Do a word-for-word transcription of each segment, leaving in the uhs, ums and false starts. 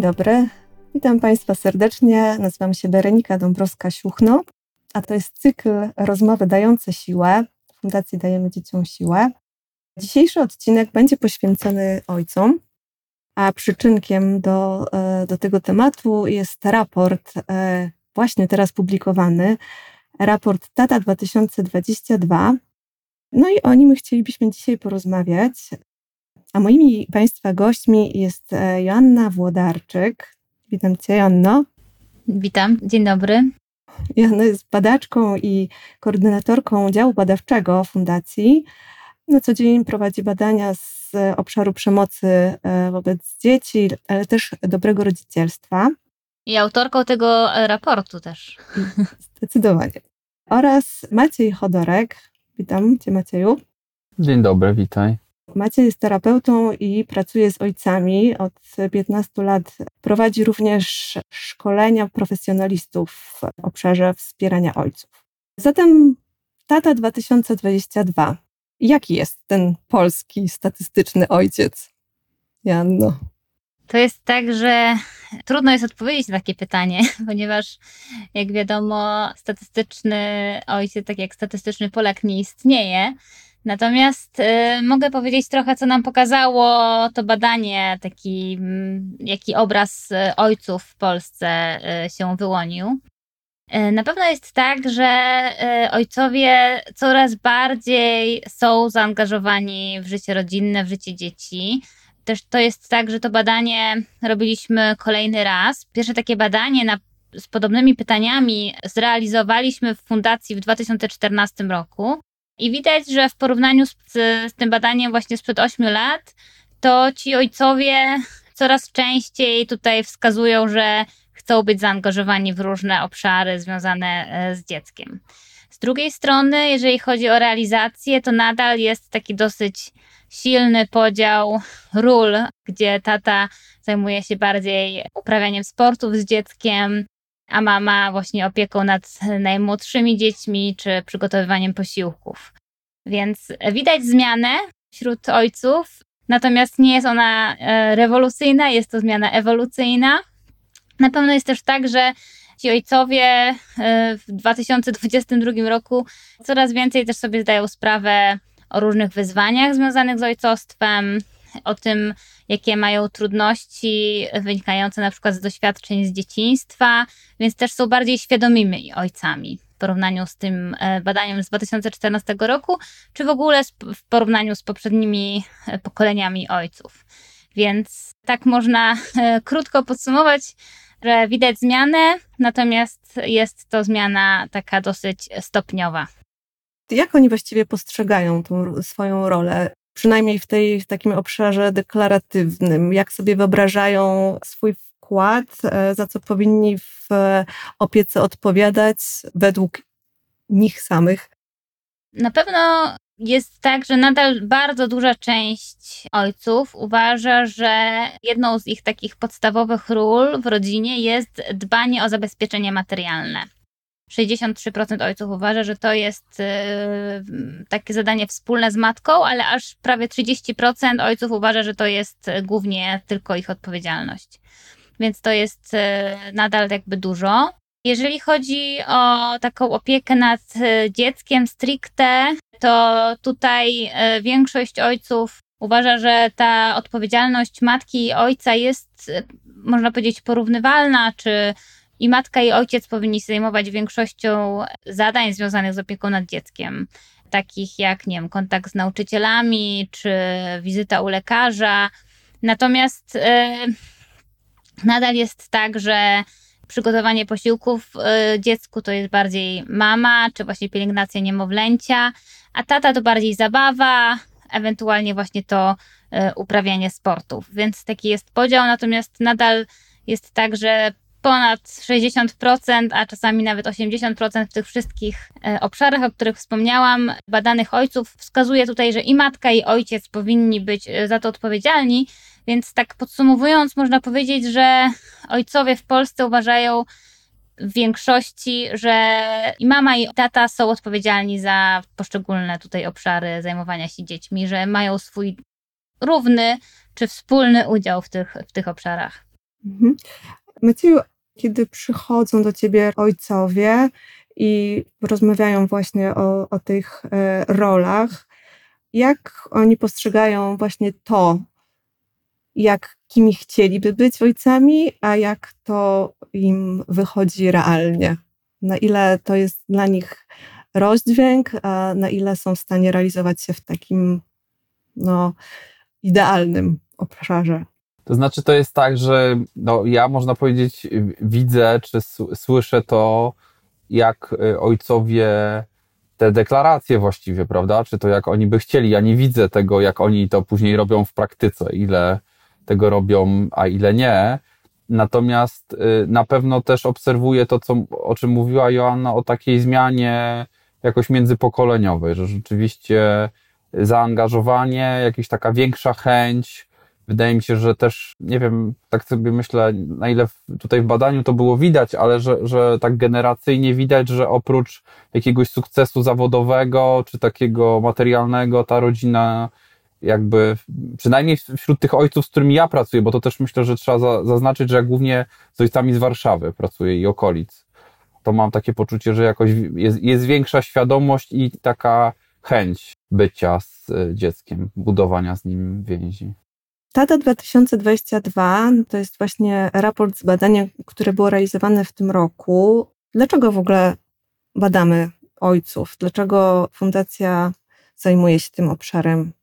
Dzień dobry, witam Państwa serdecznie, nazywam się Berenika Dąbrowska-Siuchno, a to jest cykl Rozmowy dające siłę, w Fundacji Dajemy Dzieciom Siłę. Dzisiejszy odcinek będzie poświęcony ojcom, a przyczynkiem do, do tego tematu jest raport właśnie teraz publikowany, raport Tata dwa tysiące dwudziesty drugi. No i o nim chcielibyśmy dzisiaj porozmawiać. A moimi Państwa gośćmi jest Joanna Włodarczyk. Witam Cię, Joanno. Witam, dzień dobry. Joanna jest badaczką i koordynatorką działu badawczego Fundacji. Na co dzień prowadzi badania z obszaru przemocy wobec dzieci, ale też dobrego rodzicielstwa. I autorką tego raportu też. Zdecydowanie. Oraz Maciej Chodorek. Witam Cię, Macieju. Dzień dobry, witaj. Maciej jest terapeutą i pracuje z ojcami. Od piętnastu lat prowadzi również szkolenia profesjonalistów w obszarze wspierania ojców. Zatem Tata dwa tysiące dwudziesty drugi. Jaki jest ten polski statystyczny ojciec, Joanno? To jest tak, że trudno jest odpowiedzieć na takie pytanie, ponieważ jak wiadomo, statystyczny ojciec, tak jak statystyczny Polak, nie istnieje. Natomiast y, mogę powiedzieć trochę, co nam pokazało to badanie, taki, jaki obraz ojców w Polsce y, się wyłonił. Y, na pewno jest tak, że y, ojcowie coraz bardziej są zaangażowani w życie rodzinne, w życie dzieci. Też to jest tak, że to badanie robiliśmy kolejny raz. Pierwsze takie badanie na, z podobnymi pytaniami zrealizowaliśmy w Fundacji w dwa tysiące czternastym roku. I widać, że w porównaniu z, z tym badaniem właśnie sprzed ośmiu lat, to ci ojcowie coraz częściej tutaj wskazują, że chcą być zaangażowani w różne obszary związane z dzieckiem. Z drugiej strony, jeżeli chodzi o realizację, to nadal jest taki dosyć silny podział ról, gdzie tata zajmuje się bardziej uprawianiem sportów z dzieckiem, a mama właśnie opieką nad najmłodszymi dziećmi czy przygotowywaniem posiłków. Więc widać zmianę wśród ojców, natomiast nie jest ona rewolucyjna, jest to zmiana ewolucyjna. Na pewno jest też tak, że ci ojcowie w dwa tysiące dwudziestym drugim roku coraz więcej też sobie zdają sprawę o różnych wyzwaniach związanych z ojcostwem, o tym, jakie mają trudności wynikające na przykład z doświadczeń z dzieciństwa, więc też są bardziej świadomymi ojcami w porównaniu z tym badaniem z dwa tysiące czternastego roku, czy w ogóle w porównaniu z poprzednimi pokoleniami ojców. Więc tak można krótko podsumować, że widać zmianę, natomiast jest to zmiana taka dosyć stopniowa. Jak oni właściwie postrzegają tą swoją rolę? Przynajmniej w, tej, w takim obszarze deklaratywnym, jak sobie wyobrażają swój wkład, za co powinni w opiece odpowiadać według nich samych? Na pewno jest tak, że nadal bardzo duża część ojców uważa, że jedną z ich takich podstawowych ról w rodzinie jest dbanie o zabezpieczenie materialne. sześćdziesiąt trzy procent ojców uważa, że to jest yy, takie zadanie wspólne z matką, ale aż prawie trzydzieści procent ojców uważa, że to jest głównie tylko ich odpowiedzialność. Więc to jest yy, nadal jakby dużo. Jeżeli chodzi o taką opiekę nad dzieckiem stricte, to tutaj yy, większość ojców uważa, że ta odpowiedzialność matki i ojca jest, yy, można powiedzieć, porównywalna, czy i matka i ojciec powinni się zajmować większością zadań związanych z opieką nad dzieckiem, takich jak, nie wiem, kontakt z nauczycielami, czy wizyta u lekarza. Natomiast yy, nadal jest tak, że przygotowanie posiłków yy, dziecku to jest bardziej mama, czy właśnie pielęgnacja niemowlęcia, a tata to bardziej zabawa, ewentualnie właśnie to yy, uprawianie sportów. Więc taki jest podział, natomiast nadal jest tak, że ponad sześćdziesiąt procent, a czasami nawet osiemdziesiąt procent w tych wszystkich obszarach, o których wspomniałam, badanych ojców wskazuje tutaj, że i matka, i ojciec powinni być za to odpowiedzialni. Więc tak podsumowując, można powiedzieć, że ojcowie w Polsce uważają w większości, że i mama, i tata są odpowiedzialni za poszczególne tutaj obszary zajmowania się dziećmi, że mają swój równy czy wspólny udział w tych, w tych obszarach. Mhm. Macieju, kiedy przychodzą do ciebie ojcowie i rozmawiają właśnie o, o tych e, rolach, jak oni postrzegają właśnie to, jak kimi chcieliby być ojcami, a jak to im wychodzi realnie? Na ile to jest dla nich rozdźwięk, a na ile są w stanie realizować się w takim no, idealnym obszarze? To znaczy, to jest tak, że no, ja, można powiedzieć, widzę czy s- słyszę to, jak y, ojcowie te deklaracje właściwie, prawda? Czy to jak oni by chcieli. Ja nie widzę tego, jak oni to później robią w praktyce, ile tego robią, a ile nie. Natomiast y, na pewno też obserwuję to, co, o czym mówiła Joanna, o takiej zmianie jakoś międzypokoleniowej, że rzeczywiście zaangażowanie, jakaś taka większa chęć. Wydaje mi się, że też, nie wiem, tak sobie myślę, na ile tutaj w badaniu to było widać, ale że, że tak generacyjnie widać, że oprócz jakiegoś sukcesu zawodowego czy takiego materialnego, ta rodzina jakby, przynajmniej wśród tych ojców, z którymi ja pracuję, bo to też myślę, że trzeba za, zaznaczyć, że ja głównie z ojcami z Warszawy pracuję i okolic, to mam takie poczucie, że jakoś jest, jest większa świadomość i taka chęć bycia z dzieckiem, budowania z nim więzi. Tata dwa tysiące dwudziesty drugi to jest właśnie raport z badania, które było realizowane w tym roku. Dlaczego w ogóle badamy ojców? Dlaczego fundacja zajmuje się tym obszarem,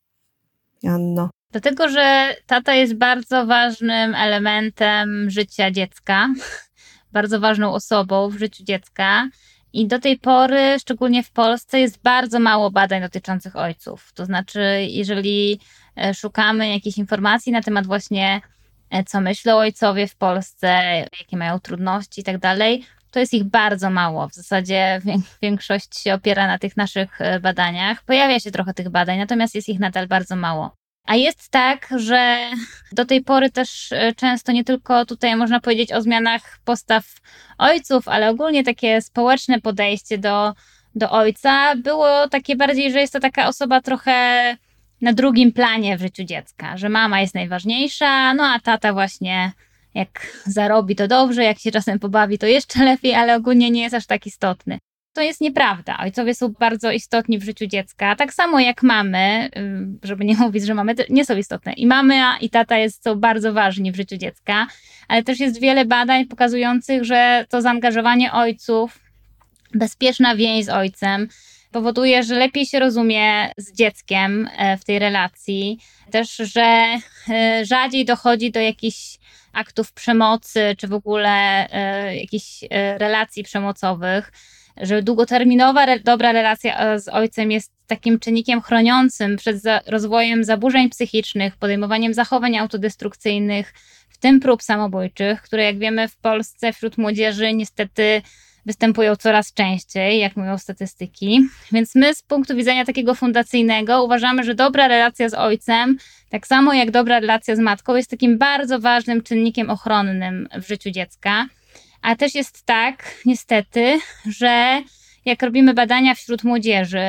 Janno? Dlatego, że tata jest bardzo ważnym elementem życia dziecka, bardzo ważną osobą w życiu dziecka i do tej pory, szczególnie w Polsce, jest bardzo mało badań dotyczących ojców. To znaczy, jeżeli szukamy jakichś informacji na temat właśnie, co myślą ojcowie w Polsce, jakie mają trudności i tak dalej, to jest ich bardzo mało. W zasadzie większość się opiera na tych naszych badaniach. Pojawia się trochę tych badań, natomiast jest ich nadal bardzo mało. A jest tak, że do tej pory też często nie tylko tutaj można powiedzieć o zmianach postaw ojców, ale ogólnie takie społeczne podejście do, do ojca było takie bardziej, że jest to taka osoba trochę na drugim planie w życiu dziecka, że mama jest najważniejsza, no a tata właśnie jak zarobi to dobrze, jak się czasem pobawi to jeszcze lepiej, ale ogólnie nie jest aż tak istotny. To jest nieprawda. Ojcowie są bardzo istotni w życiu dziecka, tak samo jak mamy, żeby nie mówić, że mamy nie są istotne. I mama i tata jest, są bardzo ważni w życiu dziecka, ale też jest wiele badań pokazujących, że to zaangażowanie ojców, bezpieczna więź z ojcem powoduje, że lepiej się rozumie z dzieckiem w tej relacji, też, że rzadziej dochodzi do jakichś aktów przemocy, czy w ogóle jakichś relacji przemocowych, że długoterminowa, dobra relacja z ojcem jest takim czynnikiem chroniącym przed za- rozwojem zaburzeń psychicznych, podejmowaniem zachowań autodestrukcyjnych, w tym prób samobójczych, które jak wiemy w Polsce wśród młodzieży niestety występują coraz częściej, jak mówią statystyki. Więc my z punktu widzenia takiego fundacyjnego uważamy, że dobra relacja z ojcem, tak samo jak dobra relacja z matką, jest takim bardzo ważnym czynnikiem ochronnym w życiu dziecka. A też jest tak, niestety, że jak robimy badania wśród młodzieży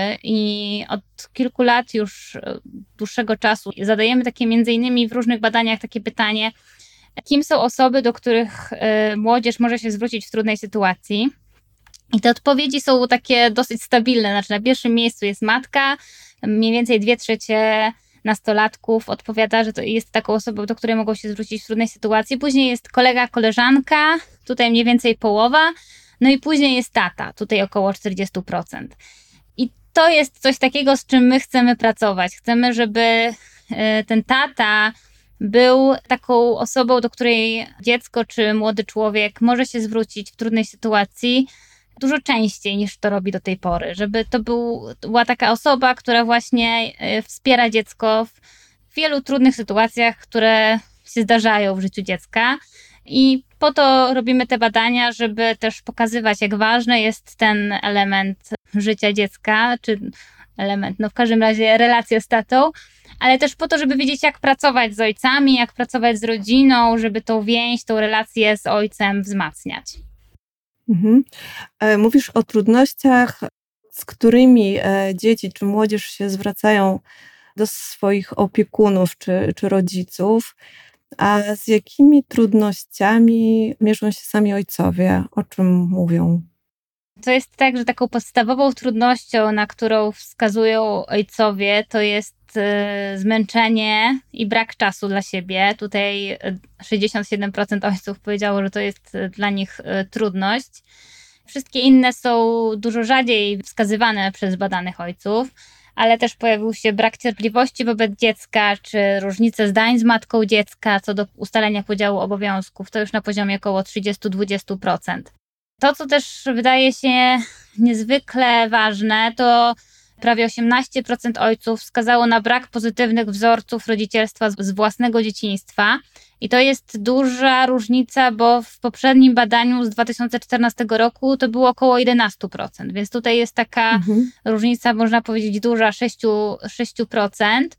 i od kilku lat już dłuższego czasu zadajemy takie między innymi w różnych badaniach takie pytanie, kim są osoby, do których młodzież może się zwrócić w trudnej sytuacji. I te odpowiedzi są takie dosyć stabilne. Znaczy na pierwszym miejscu jest matka, mniej więcej dwie trzecie nastolatków odpowiada, że to jest taką osobą, do której mogą się zwrócić w trudnej sytuacji. Później jest kolega, koleżanka, tutaj mniej więcej połowa, no i później jest tata, tutaj około czterdzieści procent. I to jest coś takiego, z czym my chcemy pracować. Chcemy, żeby ten tata był taką osobą, do której dziecko czy młody człowiek może się zwrócić w trudnej sytuacji dużo częściej niż to robi do tej pory, żeby to był, była taka osoba, która właśnie wspiera dziecko w wielu trudnych sytuacjach, które się zdarzają w życiu dziecka i po to robimy te badania, żeby też pokazywać, jak ważny jest ten element życia dziecka, czy element, no w każdym razie relacja z tatą, ale też po to, żeby wiedzieć, jak pracować z ojcami, jak pracować z rodziną, żeby tą więź, tą relację z ojcem wzmacniać. Mhm. Mówisz o trudnościach, z którymi dzieci czy młodzież się zwracają do swoich opiekunów czy, czy rodziców. A z jakimi trudnościami mierzą się sami ojcowie? O czym mówią? To jest tak, że taką podstawową trudnością, na którą wskazują ojcowie, to jest y, zmęczenie i brak czasu dla siebie. Tutaj sześćdziesiąt siedem procent ojców powiedziało, że to jest dla nich y, trudność. Wszystkie inne są dużo rzadziej wskazywane przez badanych ojców, ale też pojawił się brak cierpliwości wobec dziecka, czy różnice zdań z matką dziecka co do ustalenia podziału obowiązków. To już na poziomie około trzydzieści do dwudziestu procent. To, co też wydaje się niezwykle ważne, to prawie osiemnaście procent ojców wskazało na brak pozytywnych wzorców rodzicielstwa z własnego dzieciństwa. I to jest duża różnica, bo w poprzednim badaniu z dwa tysiące czternastego roku to było około jedenaście procent, więc tutaj jest taka mhm. różnica, można powiedzieć, duża, sześć procent.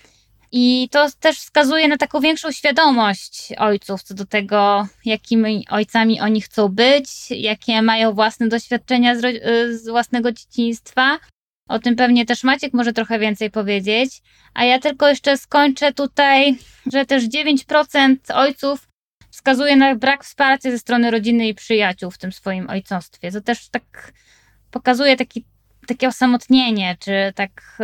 I to też wskazuje na taką większą świadomość ojców co do tego, jakimi ojcami oni chcą być, jakie mają własne doświadczenia z, z własnego dzieciństwa. O tym pewnie też Maciek może trochę więcej powiedzieć. A ja tylko jeszcze skończę tutaj, że też dziewięć procent ojców wskazuje na brak wsparcia ze strony rodziny i przyjaciół w tym swoim ojcostwie. To też tak pokazuje taki takie osamotnienie, czy tak,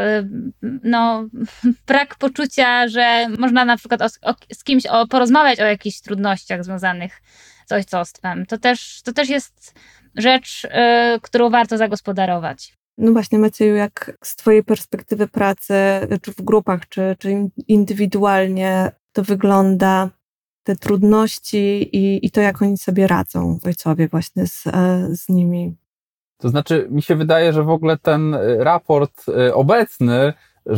no, brak poczucia, że można na przykład o, o, z kimś o, porozmawiać o jakichś trudnościach związanych z ojcostwem. To też, to też jest rzecz, y, którą warto zagospodarować. No właśnie, Macieju, jak z twojej perspektywy pracy, czy w grupach, czy, czy indywidualnie to wygląda, te trudności i, i to, jak oni sobie radzą, ojcowie, właśnie z, z nimi? To znaczy, mi się wydaje, że w ogóle ten raport obecny,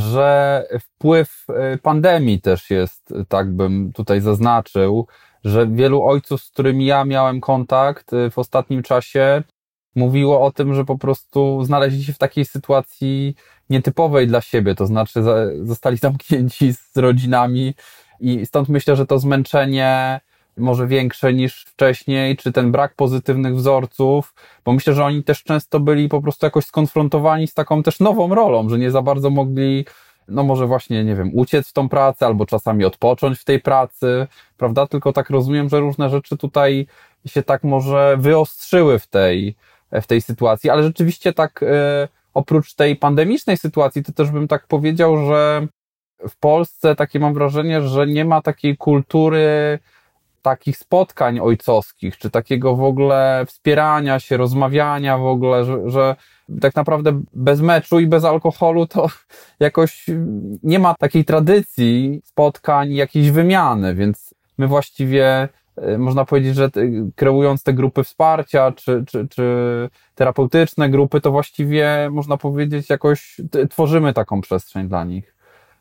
że wpływ pandemii też jest, tak bym tutaj zaznaczył, że wielu ojców, z którymi ja miałem kontakt w ostatnim czasie, mówiło o tym, że po prostu znaleźli się w takiej sytuacji nietypowej dla siebie, to znaczy zostali zamknięci z rodzinami i stąd myślę, że to zmęczenie może większe niż wcześniej, czy ten brak pozytywnych wzorców, bo myślę, że oni też często byli po prostu jakoś skonfrontowani z taką też nową rolą, że nie za bardzo mogli, no może właśnie, nie wiem, uciec w tą pracę, albo czasami odpocząć w tej pracy, prawda? Tylko tak rozumiem, że różne rzeczy tutaj się tak może wyostrzyły w tej, w tej sytuacji, ale rzeczywiście tak e, oprócz tej pandemicznej sytuacji, to też bym tak powiedział, że w Polsce takie mam wrażenie, że nie ma takiej kultury takich spotkań ojcowskich, czy takiego w ogóle wspierania się, rozmawiania w ogóle, że, że tak naprawdę bez meczu i bez alkoholu to jakoś nie ma takiej tradycji spotkań, jakiejś wymiany, więc my właściwie można powiedzieć, że kreując te grupy wsparcia, czy, czy, czy terapeutyczne grupy, to właściwie można powiedzieć jakoś tworzymy taką przestrzeń dla nich.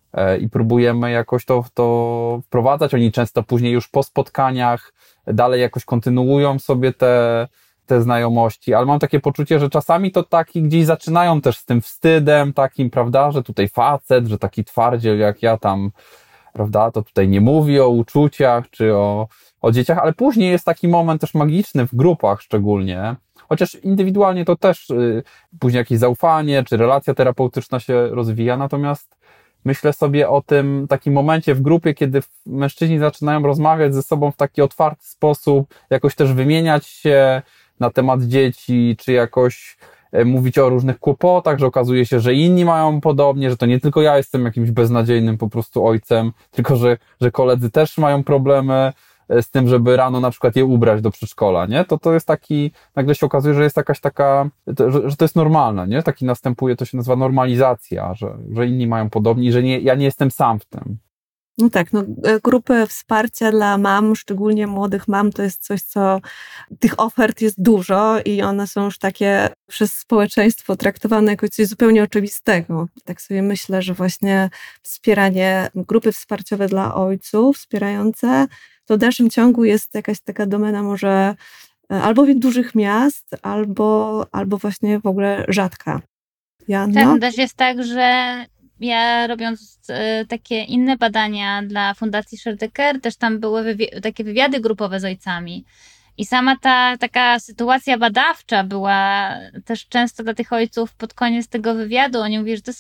I próbujemy jakoś to, to wprowadzać. Oni często później już po spotkaniach dalej jakoś kontynuują sobie te, te znajomości, ale mam takie poczucie, że czasami to taki gdzieś zaczynają też z tym wstydem takim, prawda, że tutaj facet, że taki twardziel jak ja tam, prawda, to tutaj nie mówi o uczuciach czy o, o dzieciach, ale później jest taki moment też magiczny w grupach szczególnie, chociaż indywidualnie to też yy, później jakieś zaufanie czy relacja terapeutyczna się rozwija, natomiast myślę sobie o tym takim momencie w grupie, kiedy mężczyźni zaczynają rozmawiać ze sobą w taki otwarty sposób, jakoś też wymieniać się na temat dzieci, czy jakoś mówić o różnych kłopotach, że okazuje się, że inni mają podobnie, że to nie tylko ja jestem jakimś beznadziejnym po prostu ojcem, tylko że, że koledzy też mają problemy z tym, żeby rano na przykład je ubrać do przedszkola, nie? To to jest taki, nagle się okazuje, że jest jakaś taka, to, że, że to jest normalne, nie? Taki następuje, to się nazywa normalizacja, że, że inni mają podobnie i że nie, ja nie jestem sam w tym. No tak, no grupy wsparcia dla mam, szczególnie młodych mam, to jest coś, co tych ofert jest dużo i one są już takie przez społeczeństwo traktowane jako coś zupełnie oczywistego. Tak sobie myślę, że właśnie wspieranie, grupy wsparciowe dla ojców, wspierające, to w dalszym ciągu jest jakaś taka domena może albo dużych miast, albo, albo właśnie w ogóle rzadka. Joanna? Tak, też jest tak, że ja robiąc y, takie inne badania dla Fundacji Share the Care, też tam były wywi- takie wywiady grupowe z ojcami. I sama ta taka sytuacja badawcza była też często dla tych ojców pod koniec tego wywiadu. Oni mówili, że to jest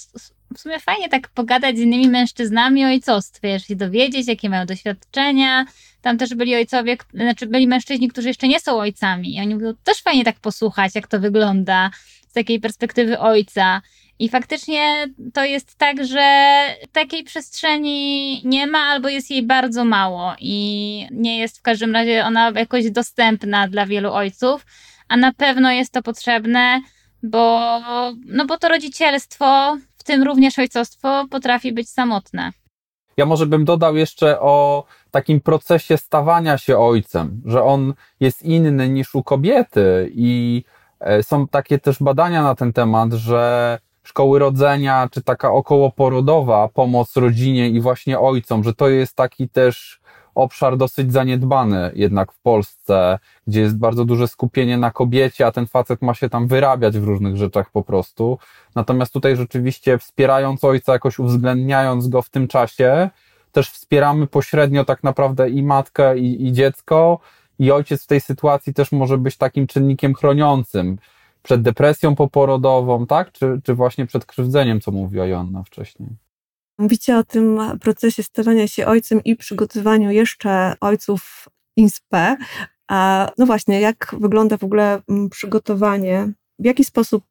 w sumie fajnie tak pogadać z innymi mężczyznami o ojcostwie, się dowiedzieć, jakie mają doświadczenia. Tam też byli ojcowie, znaczy byli mężczyźni, którzy jeszcze nie są ojcami. I oni mówią, też fajnie tak posłuchać, jak to wygląda z takiej perspektywy ojca. I faktycznie to jest tak, że takiej przestrzeni nie ma albo jest jej bardzo mało i nie jest w każdym razie ona jakoś dostępna dla wielu ojców, a na pewno jest to potrzebne, bo, no bo to rodzicielstwo, w tym również ojcostwo, potrafi być samotne. Ja może bym dodał jeszcze o takim procesie stawania się ojcem, że on jest inny niż u kobiety i są takie też badania na ten temat, że szkoły rodzenia, czy taka okołoporodowa pomoc rodzinie i właśnie ojcom, że to jest taki też obszar dosyć zaniedbany jednak w Polsce, gdzie jest bardzo duże skupienie na kobiecie, a ten facet ma się tam wyrabiać w różnych rzeczach po prostu. Natomiast tutaj rzeczywiście wspierając ojca, jakoś uwzględniając go w tym czasie, też wspieramy pośrednio tak naprawdę i matkę, i, i dziecko, i ojciec w tej sytuacji też może być takim czynnikiem chroniącym przed depresją poporodową, tak? Czy, czy właśnie przed krzywdzeniem, co mówiła Joanna wcześniej. Mówicie o tym procesie stawania się ojcem i przygotowaniu jeszcze ojców inspe. A no właśnie, jak wygląda w ogóle przygotowanie? W jaki sposób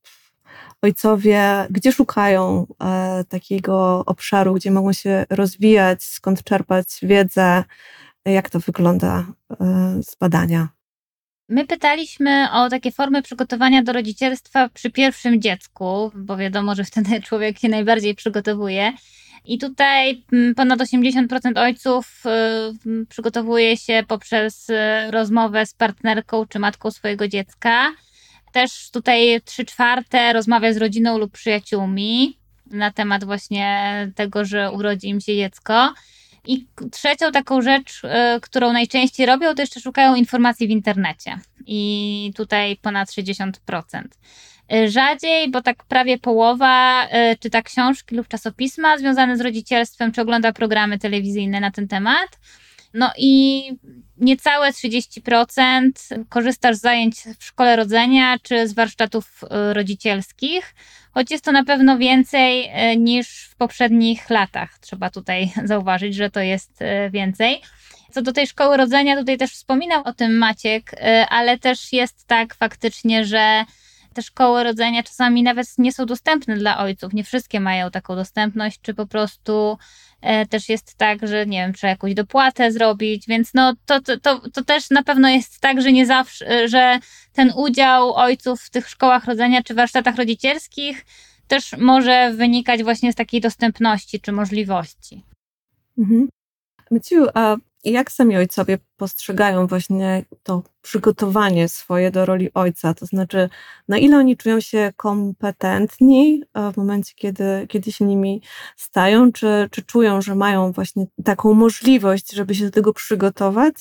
ojcowie, gdzie szukają e, takiego obszaru, gdzie mogą się rozwijać, skąd czerpać wiedzę? Jak to wygląda e, z badania? My pytaliśmy o takie formy przygotowania do rodzicielstwa przy pierwszym dziecku, bo wiadomo, że wtedy człowiek się najbardziej przygotowuje. I tutaj ponad osiemdziesiąt procent ojców przygotowuje się poprzez rozmowę z partnerką czy matką swojego dziecka. Też tutaj trzy czwarte rozmawia z rodziną lub przyjaciółmi na temat właśnie tego, że urodzi im się dziecko. I trzecią taką rzecz, którą najczęściej robią, to jeszcze szukają informacji w internecie. I tutaj ponad sześćdziesiąt procent. Rzadziej, bo tak prawie połowa czyta książki lub czasopisma związane z rodzicielstwem, czy ogląda programy telewizyjne na ten temat. No i niecałe trzydzieści procent korzysta z zajęć w szkole rodzenia, czy z warsztatów rodzicielskich, choć jest to na pewno więcej niż w poprzednich latach. Trzeba tutaj zauważyć, że to jest więcej. Co do tej szkoły rodzenia, tutaj też wspominał o tym Maciek, ale też jest tak faktycznie, że te szkoły rodzenia czasami nawet nie są dostępne dla ojców. Nie wszystkie mają taką dostępność, czy po prostu e, też jest tak, że nie wiem, trzeba jakąś dopłatę zrobić, więc no to, to, to, to też na pewno jest tak, że nie zawsze, że ten udział ojców w tych szkołach rodzenia czy warsztatach rodzicielskich też może wynikać właśnie z takiej dostępności czy możliwości. Mhm. Maciu, a jak sami ojcowie postrzegają właśnie to przygotowanie swoje do roli ojca? To znaczy, na ile oni czują się kompetentni w momencie, kiedy, kiedy się nimi stają? Czy, czy czują, że mają właśnie taką możliwość, żeby się do tego przygotować?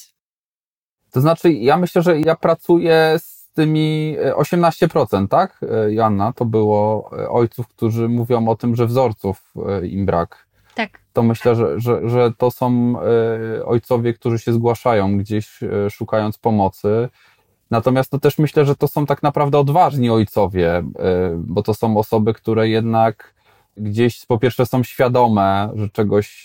To znaczy, ja myślę, że ja pracuję z tymi osiemnaście procent, tak? Joanna, to było ojców, którzy mówią o tym, że wzorców im brak. Tak. To myślę, że, że, że to są ojcowie, którzy się zgłaszają gdzieś szukając pomocy. Natomiast no też myślę, że to są tak naprawdę odważni ojcowie, bo to są osoby, które jednak gdzieś po pierwsze są świadome, że czegoś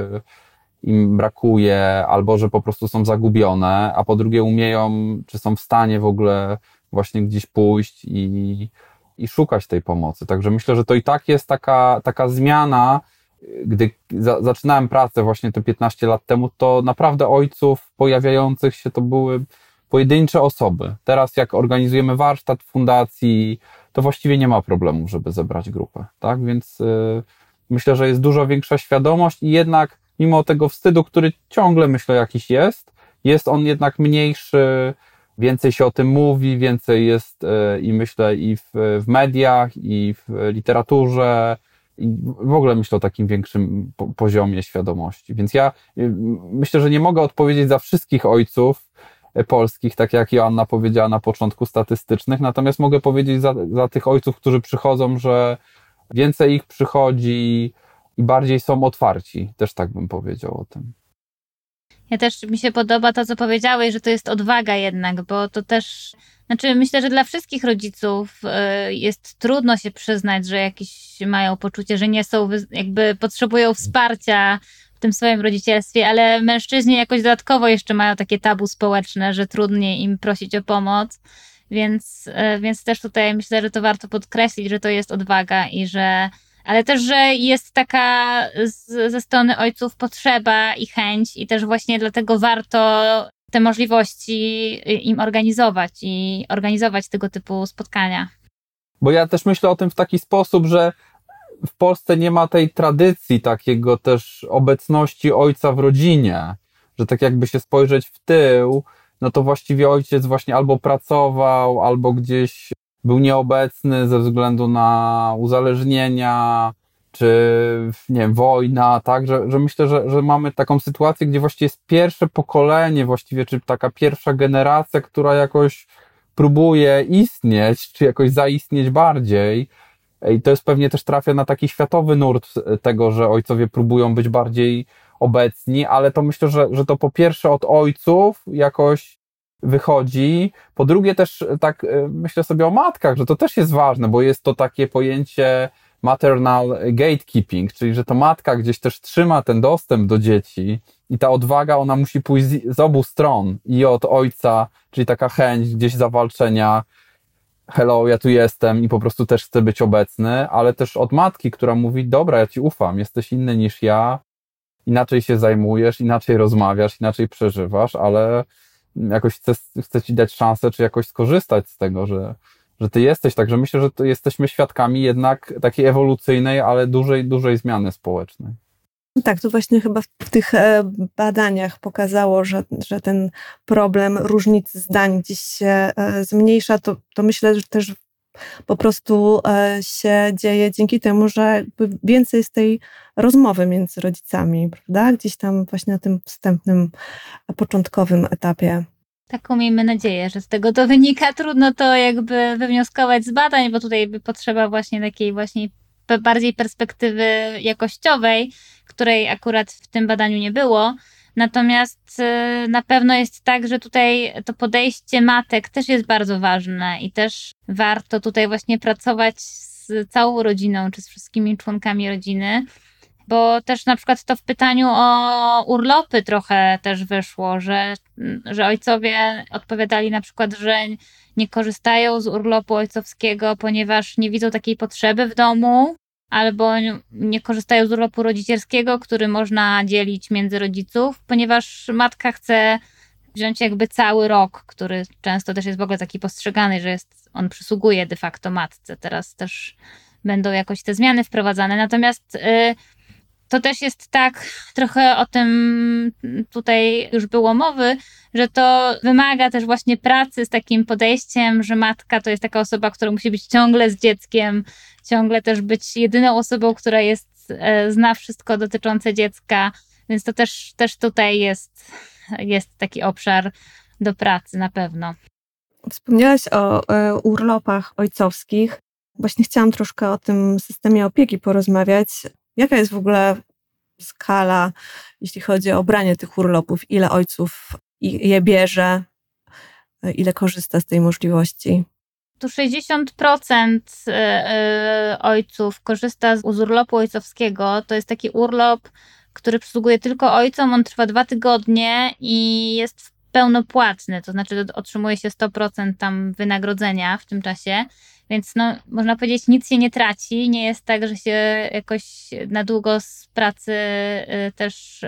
im brakuje albo że po prostu są zagubione, a po drugie umieją, czy są w stanie w ogóle właśnie gdzieś pójść i, i szukać tej pomocy. Także myślę, że to i tak jest taka, taka zmiana. Gdy za, zaczynałem pracę właśnie te piętnaście lat temu, to naprawdę ojców pojawiających się to były pojedyncze osoby. Teraz jak organizujemy warsztat w fundacji, to właściwie nie ma problemu, żeby zebrać grupę, tak? Więc yy, myślę, że jest dużo większa świadomość i jednak mimo tego wstydu, który ciągle myślę jakiś jest, jest on jednak mniejszy, więcej się o tym mówi, więcej jest yy, i myślę i w, w mediach, i w literaturze, i w ogóle myślę o takim większym poziomie świadomości. Więc ja myślę, że nie mogę odpowiedzieć za wszystkich ojców polskich, tak jak Joanna powiedziała na początku, statystycznych, natomiast mogę powiedzieć za, za tych ojców, którzy przychodzą, że więcej ich przychodzi i bardziej są otwarci. Też tak bym powiedział o tym. Ja też mi się podoba to, co powiedziałeś, że to jest odwaga jednak, bo to też, znaczy myślę, że dla wszystkich rodziców y, jest trudno się przyznać, że jakieś mają poczucie, że nie są, jakby potrzebują wsparcia w tym swoim rodzicielstwie, ale mężczyźni jakoś dodatkowo jeszcze mają takie tabu społeczne, że trudniej im prosić o pomoc, więc, y, więc też tutaj myślę, że to warto podkreślić, że to jest odwaga i że ale też, że jest taka z, ze strony ojców potrzeba i chęć i też właśnie dlatego warto te możliwości im organizować i organizować tego typu spotkania. Bo ja też myślę o tym w taki sposób, że w Polsce nie ma tej tradycji takiego też obecności ojca w rodzinie, że tak jakby się spojrzeć w tył, no to właściwie ojciec właśnie albo pracował, albo gdzieś był nieobecny ze względu na uzależnienia, czy nie wiem, wojna, tak, że, że myślę, że, że mamy taką sytuację, gdzie właściwie jest pierwsze pokolenie właściwie, czy taka pierwsza generacja, która jakoś próbuje istnieć, czy jakoś zaistnieć bardziej. I to jest pewnie też trafia na taki światowy nurt tego, że ojcowie próbują być bardziej obecni, ale to myślę, że, że to po pierwsze od ojców jakoś wychodzi. Po drugie też tak myślę sobie o matkach, że to też jest ważne, bo jest to takie pojęcie maternal gatekeeping, czyli że to matka gdzieś też trzyma ten dostęp do dzieci i ta odwaga, ona musi pójść z, z obu stron i od ojca, czyli taka chęć gdzieś zawalczenia, hello, ja tu jestem i po prostu też chcę być obecny, ale też od matki, która mówi, dobra, ja ci ufam, jesteś inny niż ja, inaczej się zajmujesz, inaczej rozmawiasz, inaczej przeżywasz, ale jakoś chcę, chcę ci dać szansę, czy jakoś skorzystać z tego, że, że ty jesteś. Także myślę, że to jesteśmy świadkami jednak takiej ewolucyjnej, ale dużej, dużej zmiany społecznej. Tak, to właśnie chyba w tych badaniach pokazało, że, że ten problem różnic zdań gdzieś się zmniejsza. To, to myślę, że też po prostu się dzieje dzięki temu, że więcej jest tej rozmowy między rodzicami, prawda? Gdzieś tam właśnie na tym wstępnym, początkowym etapie. Taką miejmy nadzieję, że z tego to wynika. Trudno to jakby wywnioskować z badań, bo tutaj potrzeba właśnie takiej właśnie bardziej perspektywy jakościowej, której akurat w tym badaniu nie było. Natomiast na pewno jest tak, że tutaj to podejście matek też jest bardzo ważne i też warto tutaj właśnie pracować z całą rodziną, czy z wszystkimi członkami rodziny, bo też na przykład to w pytaniu o urlopy trochę też wyszło, że, że ojcowie odpowiadali na przykład, że nie korzystają z urlopu ojcowskiego, ponieważ nie widzą takiej potrzeby w domu, albo nie korzystają z urlopu rodzicielskiego, który można dzielić między rodziców, ponieważ matka chce wziąć jakby cały rok, który często też jest w ogóle taki postrzegany, że jest, on przysługuje de facto matce. Teraz też będą jakoś te zmiany wprowadzane. Natomiast y, to też jest tak, trochę o tym tutaj już było mowy, że to wymaga też właśnie pracy z takim podejściem, że matka to jest taka osoba, która musi być ciągle z dzieckiem, ciągle też być jedyną osobą, która jest, zna wszystko dotyczące dziecka, więc to też, też tutaj jest, jest taki obszar do pracy na pewno. Wspomniałaś o urlopach ojcowskich. Właśnie chciałam troszkę o tym systemie opieki porozmawiać. Jaka jest w ogóle skala, jeśli chodzi o branie tych urlopów? Ile ojców je bierze? Ile korzysta z tej możliwości? Tu sześćdziesiąt procent ojców korzysta z urlopu ojcowskiego. To jest taki urlop, który przysługuje tylko ojcom. On trwa dwa tygodnie i jest pełnopłatny. To znaczy otrzymuje się sto procent tam wynagrodzenia w tym czasie. Więc no, można powiedzieć, nic się nie traci. Nie jest tak, że się jakoś na długo z pracy też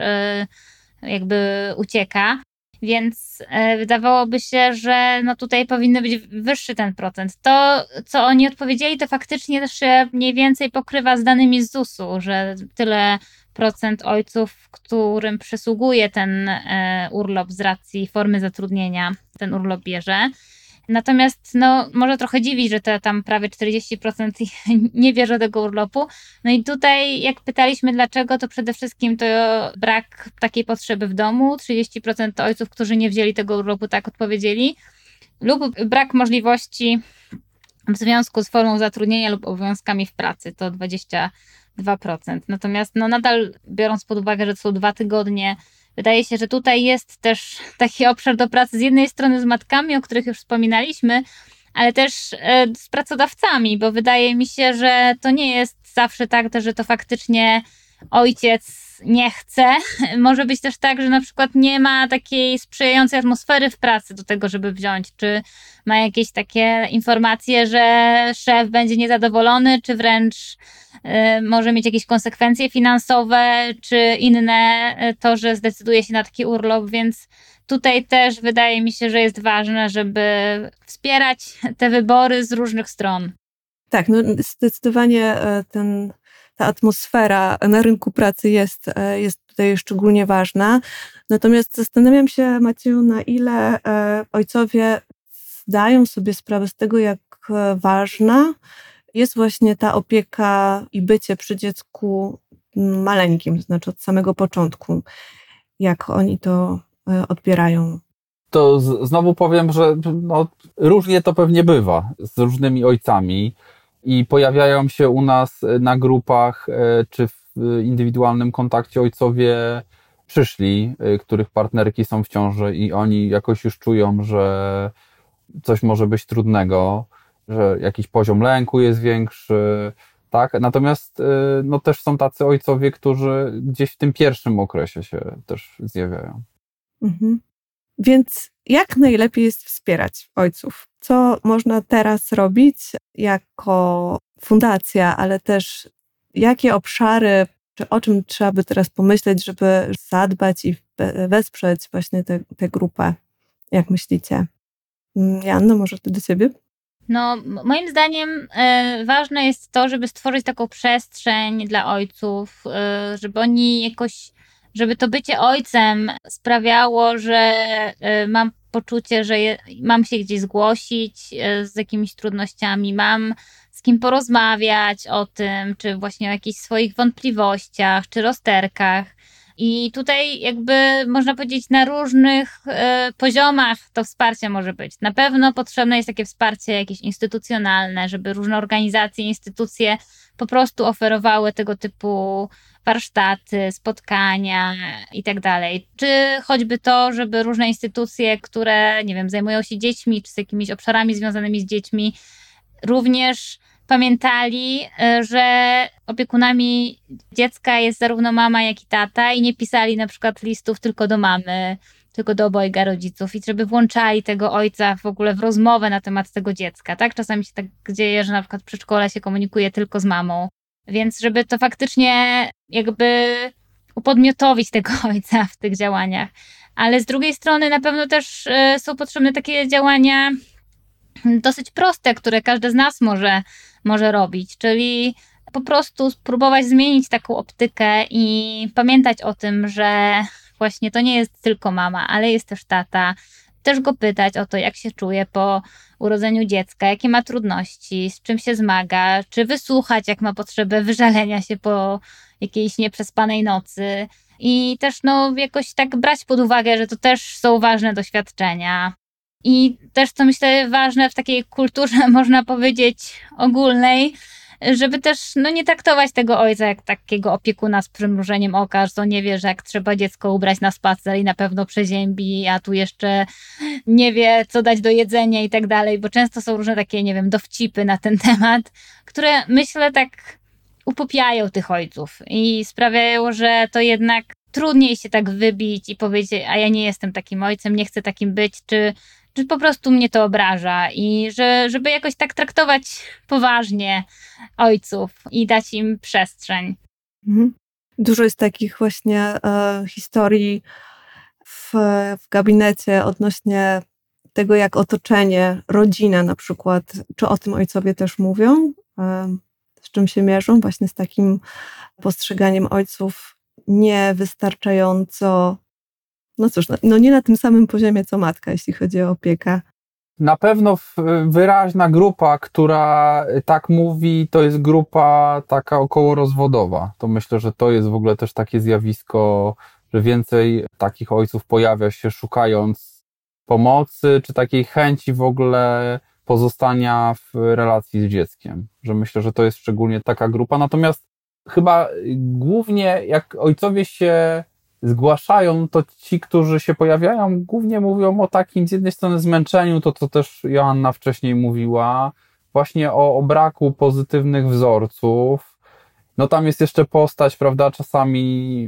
jakby ucieka. Więc wydawałoby się, że no tutaj powinny być wyższy ten procent. To, co oni odpowiedzieli, to faktycznie też się mniej więcej pokrywa z danymi z zusu, że tyle procent ojców, którym przysługuje ten urlop z racji formy zatrudnienia, ten urlop bierze. Natomiast no, może trochę dziwić, że te tam prawie czterdzieści procent nie bierze tego urlopu. No i tutaj jak pytaliśmy dlaczego, to przede wszystkim to brak takiej potrzeby w domu. trzydzieści procent ojców, którzy nie wzięli tego urlopu, tak odpowiedzieli. Lub brak możliwości w związku z formą zatrudnienia lub obowiązkami w pracy, to dwadzieścia dwa procent. Natomiast no nadal biorąc pod uwagę, że to są dwa tygodnie, wydaje się, że tutaj jest też taki obszar do pracy z jednej strony z matkami, o których już wspominaliśmy, ale też z pracodawcami, bo wydaje mi się, że to nie jest zawsze tak, że to faktycznie ojciec nie chce. Może być też tak, że na przykład nie ma takiej sprzyjającej atmosfery w pracy do tego, żeby wziąć, czy ma jakieś takie informacje, że szef będzie niezadowolony, czy wręcz y, może mieć jakieś konsekwencje finansowe, czy inne, to, że zdecyduje się na taki urlop, więc tutaj też wydaje mi się, że jest ważne, żeby wspierać te wybory z różnych stron. Tak, no zdecydowanie ten, ta atmosfera na rynku pracy jest, jest tutaj szczególnie ważna. Natomiast zastanawiam się, Macieju, na ile ojcowie zdają sobie sprawę z tego, jak ważna jest właśnie ta opieka i bycie przy dziecku maleńkim, to znaczy od samego początku. Jak oni to odbierają? To z, znowu powiem, że no, różnie to pewnie bywa z różnymi ojcami i pojawiają się u nas na grupach czy w indywidualnym kontakcie ojcowie przyszli, których partnerki są w ciąży i oni jakoś już czują, że coś może być trudnego, że jakiś poziom lęku jest większy, tak? Natomiast no, też są tacy ojcowie, którzy gdzieś w tym pierwszym okresie się też zjawiają. Mhm. Więc jak najlepiej jest wspierać ojców? Co można teraz robić jako fundacja, ale też jakie obszary, czy o czym trzeba by teraz pomyśleć, żeby zadbać i wesprzeć właśnie tę grupę? Jak myślicie? Joanno, może ty do ciebie? No, moim zdaniem e, ważne jest to, żeby stworzyć taką przestrzeń dla ojców, e, żeby oni jakoś, żeby to bycie ojcem sprawiało, że y, mam poczucie, że je, mam się gdzieś zgłosić y, z jakimiś trudnościami, mam z kim porozmawiać o tym, czy właśnie o jakichś swoich wątpliwościach, czy rozterkach. I tutaj jakby można powiedzieć na różnych y, poziomach to wsparcie może być. Na pewno potrzebne jest takie wsparcie jakieś instytucjonalne, żeby różne organizacje, instytucje po prostu oferowały tego typu warsztaty, spotkania i tak dalej. Czy choćby to, żeby różne instytucje, które, nie wiem, zajmują się dziećmi, czy z jakimiś obszarami związanymi z dziećmi, również pamiętali, że opiekunami dziecka jest zarówno mama, jak i tata i nie pisali na przykład listów tylko do mamy, tylko do obojga rodziców i żeby włączali tego ojca w ogóle w rozmowę na temat tego dziecka, tak? Czasami się tak dzieje, że na przykład w przedszkole się komunikuje tylko z mamą, więc żeby to faktycznie jakby upodmiotowić tego ojca w tych działaniach. Ale z drugiej strony na pewno też są potrzebne takie działania dosyć proste, które każdy z nas może, może robić, czyli po prostu spróbować zmienić taką optykę i pamiętać o tym, że właśnie to nie jest tylko mama, ale jest też tata. Też go pytać o to, jak się czuje po urodzeniu dziecka, jakie ma trudności, z czym się zmaga, czy wysłuchać, jak ma potrzebę wyżalenia się po jakiejś nieprzespanej nocy. I też no, jakoś tak brać pod uwagę, że to też są ważne doświadczenia. I też, co myślę ważne w takiej kulturze, można powiedzieć, ogólnej, żeby też no, nie traktować tego ojca jak takiego opiekuna z przymrużeniem oka, że to nie wie, że jak trzeba dziecko ubrać na spacer i na pewno przeziębi, a tu jeszcze nie wie, co dać do jedzenia i tak dalej, bo często są różne takie, nie wiem, dowcipy na ten temat, które myślę tak upopiają tych ojców i sprawiają, że to jednak trudniej się tak wybić i powiedzieć, a ja nie jestem takim ojcem, nie chcę takim być, czy czy po prostu mnie to obraża i że, żeby jakoś tak traktować poważnie ojców i dać im przestrzeń. Mhm. Dużo jest takich właśnie e, historii w, w gabinecie odnośnie tego, jak otoczenie, rodzina na przykład, czy o tym ojcowie też mówią, e, z czym się mierzą, właśnie z takim postrzeganiem ojców niewystarczająco. No cóż, no nie na tym samym poziomie co matka, jeśli chodzi o opiekę. Na pewno wyraźna grupa, która tak mówi, to jest grupa taka okołorozwodowa. To myślę, że to jest w ogóle też takie zjawisko, że więcej takich ojców pojawia się szukając pomocy, czy takiej chęci w ogóle pozostania w relacji z dzieckiem. Że myślę, że to jest szczególnie taka grupa. Natomiast chyba głównie jak ojcowie się zgłaszają, to ci, którzy się pojawiają, głównie mówią o takim z jednej strony zmęczeniu, to co też Joanna wcześniej mówiła, właśnie o, o braku pozytywnych wzorców. No tam jest jeszcze postać, prawda, czasami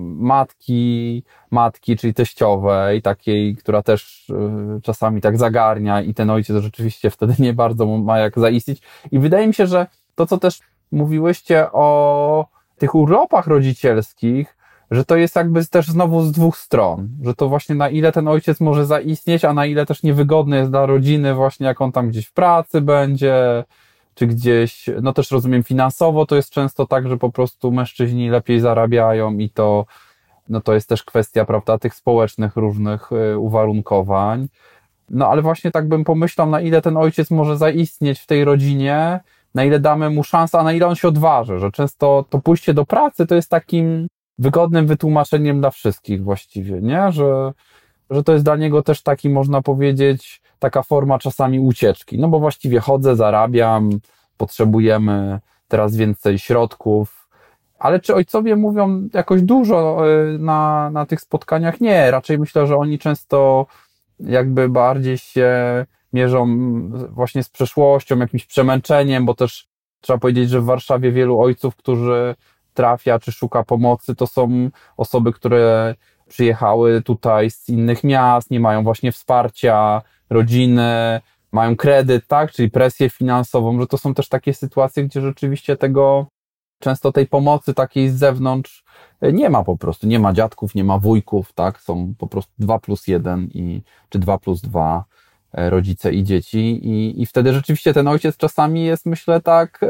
matki, matki, czyli teściowej, takiej, która też y, czasami tak zagarnia i ten ojciec rzeczywiście wtedy nie bardzo ma jak zaistnieć. I wydaje mi się, że to, co też mówiłyście o tych urlopach rodzicielskich, że to jest jakby też znowu z dwóch stron, że to właśnie na ile ten ojciec może zaistnieć, a na ile też niewygodny jest dla rodziny właśnie, jak on tam gdzieś w pracy będzie, czy gdzieś, no też rozumiem finansowo, to jest często tak, że po prostu mężczyźni lepiej zarabiają i to, no to jest też kwestia, prawda, tych społecznych różnych uwarunkowań. No ale właśnie tak bym pomyślał, na ile ten ojciec może zaistnieć w tej rodzinie, na ile damy mu szansę, a na ile on się odważy, że często to pójście do pracy to jest takim wygodnym wytłumaczeniem dla wszystkich właściwie, nie? Że, że to jest dla niego też taki, można powiedzieć, taka forma czasami ucieczki. No bo właściwie chodzę, zarabiam, potrzebujemy teraz więcej środków. Ale czy ojcowie mówią jakoś dużo na, na tych spotkaniach? Nie, raczej myślę, że oni często jakby bardziej się mierzą właśnie z przeszłością, jakimś przemęczeniem, bo też trzeba powiedzieć, że w Warszawie wielu ojców, którzy trafia czy szuka pomocy, to są osoby, które przyjechały tutaj z innych miast, nie mają właśnie wsparcia rodziny, mają kredyt, tak, czyli presję finansową, że to są też takie sytuacje, gdzie rzeczywiście tego, często tej pomocy takiej z zewnątrz nie ma po prostu, nie ma dziadków, nie ma wujków, tak, są po prostu dwa plus jeden i, czy dwa plus dwa rodzice i dzieci i, i wtedy rzeczywiście ten ojciec czasami jest, myślę, tak,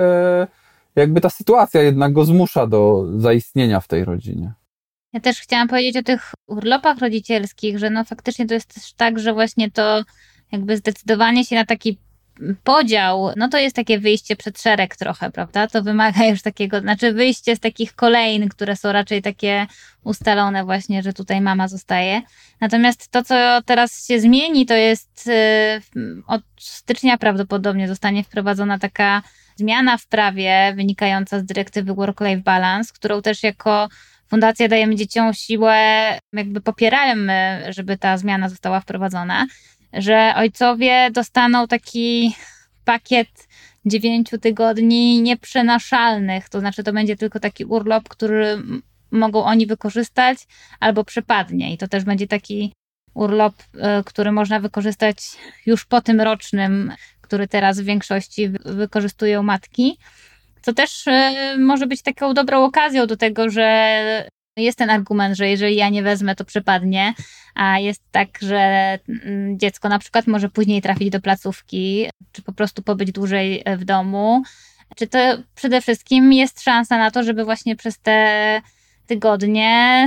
jakby ta sytuacja jednak go zmusza do zaistnienia w tej rodzinie. Ja też chciałam powiedzieć o tych urlopach rodzicielskich, że no faktycznie to jest też tak, że właśnie to jakby zdecydowanie się na taki podział, no to jest takie wyjście przed szereg trochę, prawda? To wymaga już takiego, znaczy wyjście z takich kolejn, które są raczej takie ustalone właśnie, że tutaj mama zostaje. Natomiast to, co teraz się zmieni, to jest yy, od stycznia prawdopodobnie zostanie wprowadzona taka zmiana w prawie wynikająca z dyrektywy Work-Life Balance, którą też jako Fundacja Dajemy Dzieciom Siłę jakby popieramy, żeby ta zmiana została wprowadzona, że ojcowie dostaną taki pakiet dziewięciu tygodni nieprzenaszalnych, to znaczy to będzie tylko taki urlop, który mogą oni wykorzystać albo przypadnie i to też będzie taki urlop, który można wykorzystać już po tym rocznym, który teraz w większości wykorzystują matki, co też może być taką dobrą okazją do tego, że jest ten argument, że jeżeli ja nie wezmę, to przypadnie, a jest tak, że dziecko na przykład może później trafić do placówki, czy po prostu pobyć dłużej w domu, czy to przede wszystkim jest szansa na to, żeby właśnie przez te tygodnie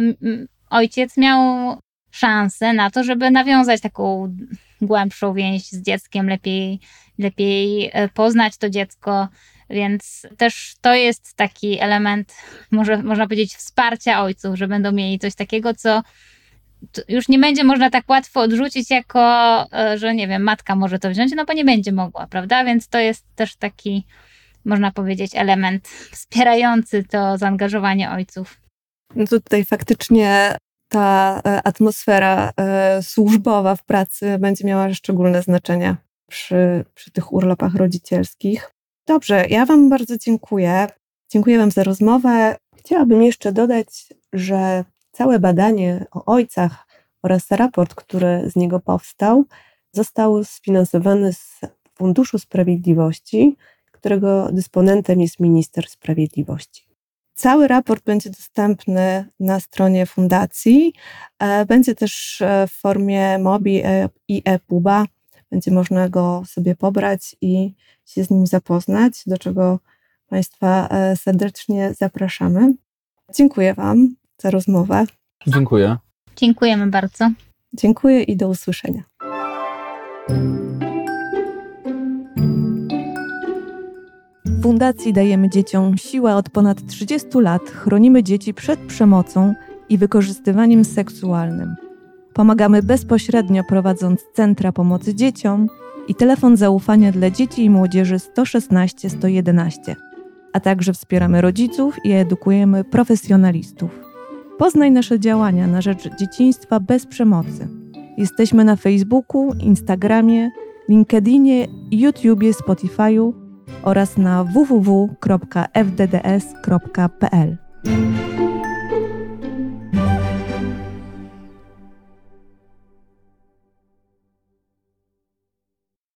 ojciec miał szansę na to, żeby nawiązać taką głębszą więź z dzieckiem, lepiej, lepiej poznać to dziecko, więc też to jest taki element, może, można powiedzieć, wsparcia ojców, że będą mieli coś takiego, co już nie będzie można tak łatwo odrzucić jako, że nie wiem, matka może to wziąć, no bo nie będzie mogła, prawda? Więc to jest też taki, można powiedzieć, element wspierający to zaangażowanie ojców. No tutaj faktycznie ta atmosfera służbowa w pracy będzie miała szczególne znaczenie przy, przy tych urlopach rodzicielskich. Dobrze, ja Wam bardzo dziękuję. Dziękuję Wam za rozmowę. Chciałabym jeszcze dodać, że całe badanie o ojcach oraz raport, który z niego powstał, został sfinansowany z Funduszu Sprawiedliwości, którego dysponentem jest minister sprawiedliwości. Cały raport będzie dostępny na stronie fundacji. Będzie też w formie Mobi i ePUBa. Będzie można go sobie pobrać i się z nim zapoznać, do czego Państwa serdecznie zapraszamy. Dziękuję Wam za rozmowę. Dziękuję. Dziękujemy bardzo. Dziękuję i do usłyszenia. W Fundacji Dajemy Dzieciom Siłę od ponad trzydziestu lat chronimy dzieci przed przemocą i wykorzystywaniem seksualnym. Pomagamy bezpośrednio prowadząc centra pomocy dzieciom i telefon zaufania dla dzieci i młodzieży sto szesnaście sto jedenaście, a także wspieramy rodziców i edukujemy profesjonalistów. Poznaj nasze działania na rzecz dzieciństwa bez przemocy. Jesteśmy na Facebooku, Instagramie, LinkedInie, YouTubie, Spotify'u oraz na w w w kropka f d d s kropka p l.